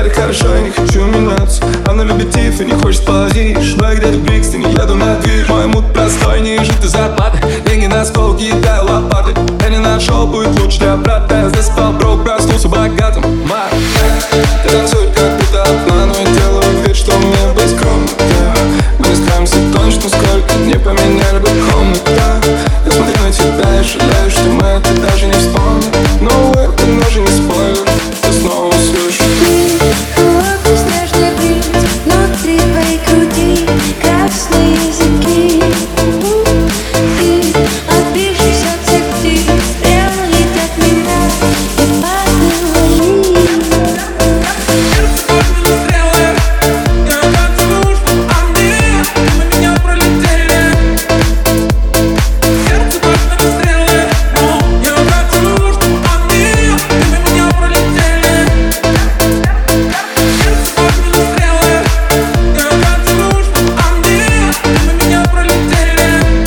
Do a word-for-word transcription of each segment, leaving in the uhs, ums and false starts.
так хорошо, я не хочу меняться. Она любит Тиф и не хочет в Париж. Но я где-то в Брикстоне, еду на движ. Мой мут простой, не жить из зарплаты. Деньги на стол, кидаю лопаты. Я не нашел, будет лучше для брата. Я засыпал брок, проснулся богатым. Мар, ты танцуешь как будто одна, но я делаю вид, что мне быть комната. Мы не справимся точно, сколько не поменяли бы комната. Я смотрю на тебя и жалею, что мы это даже не вспомним. Но это даже не спойлер, я снова слышу. Холодный снежный бриз, внутри твоей груди красные языки. Ты, отбившись от всех птиц, стрелы летят меня и падают. Сердце падает стрелы, я хочу, чтоб они мимо меня пролетели. Сердце падает стрелы, я хочу, чтоб они мимо меня пролетели. Сердце падает стрелы, я хочу, чтоб они мимо меня пролетели.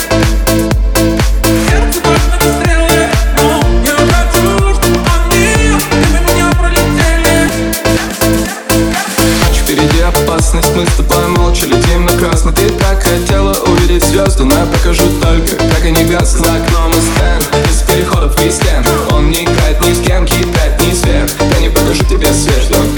Сердце падает стрелы, я хочу, чтоб они мимо меня пролетели. Ночь впереди опасность, мы с тобой молча летим на красный. Ты так хотела увидеть звезды, но я покажу только, как они гаснут. За окном и стенд, из переходов и стен. Он не играет ни с кем, кидает ни свет. Я не покажу тебе свет, что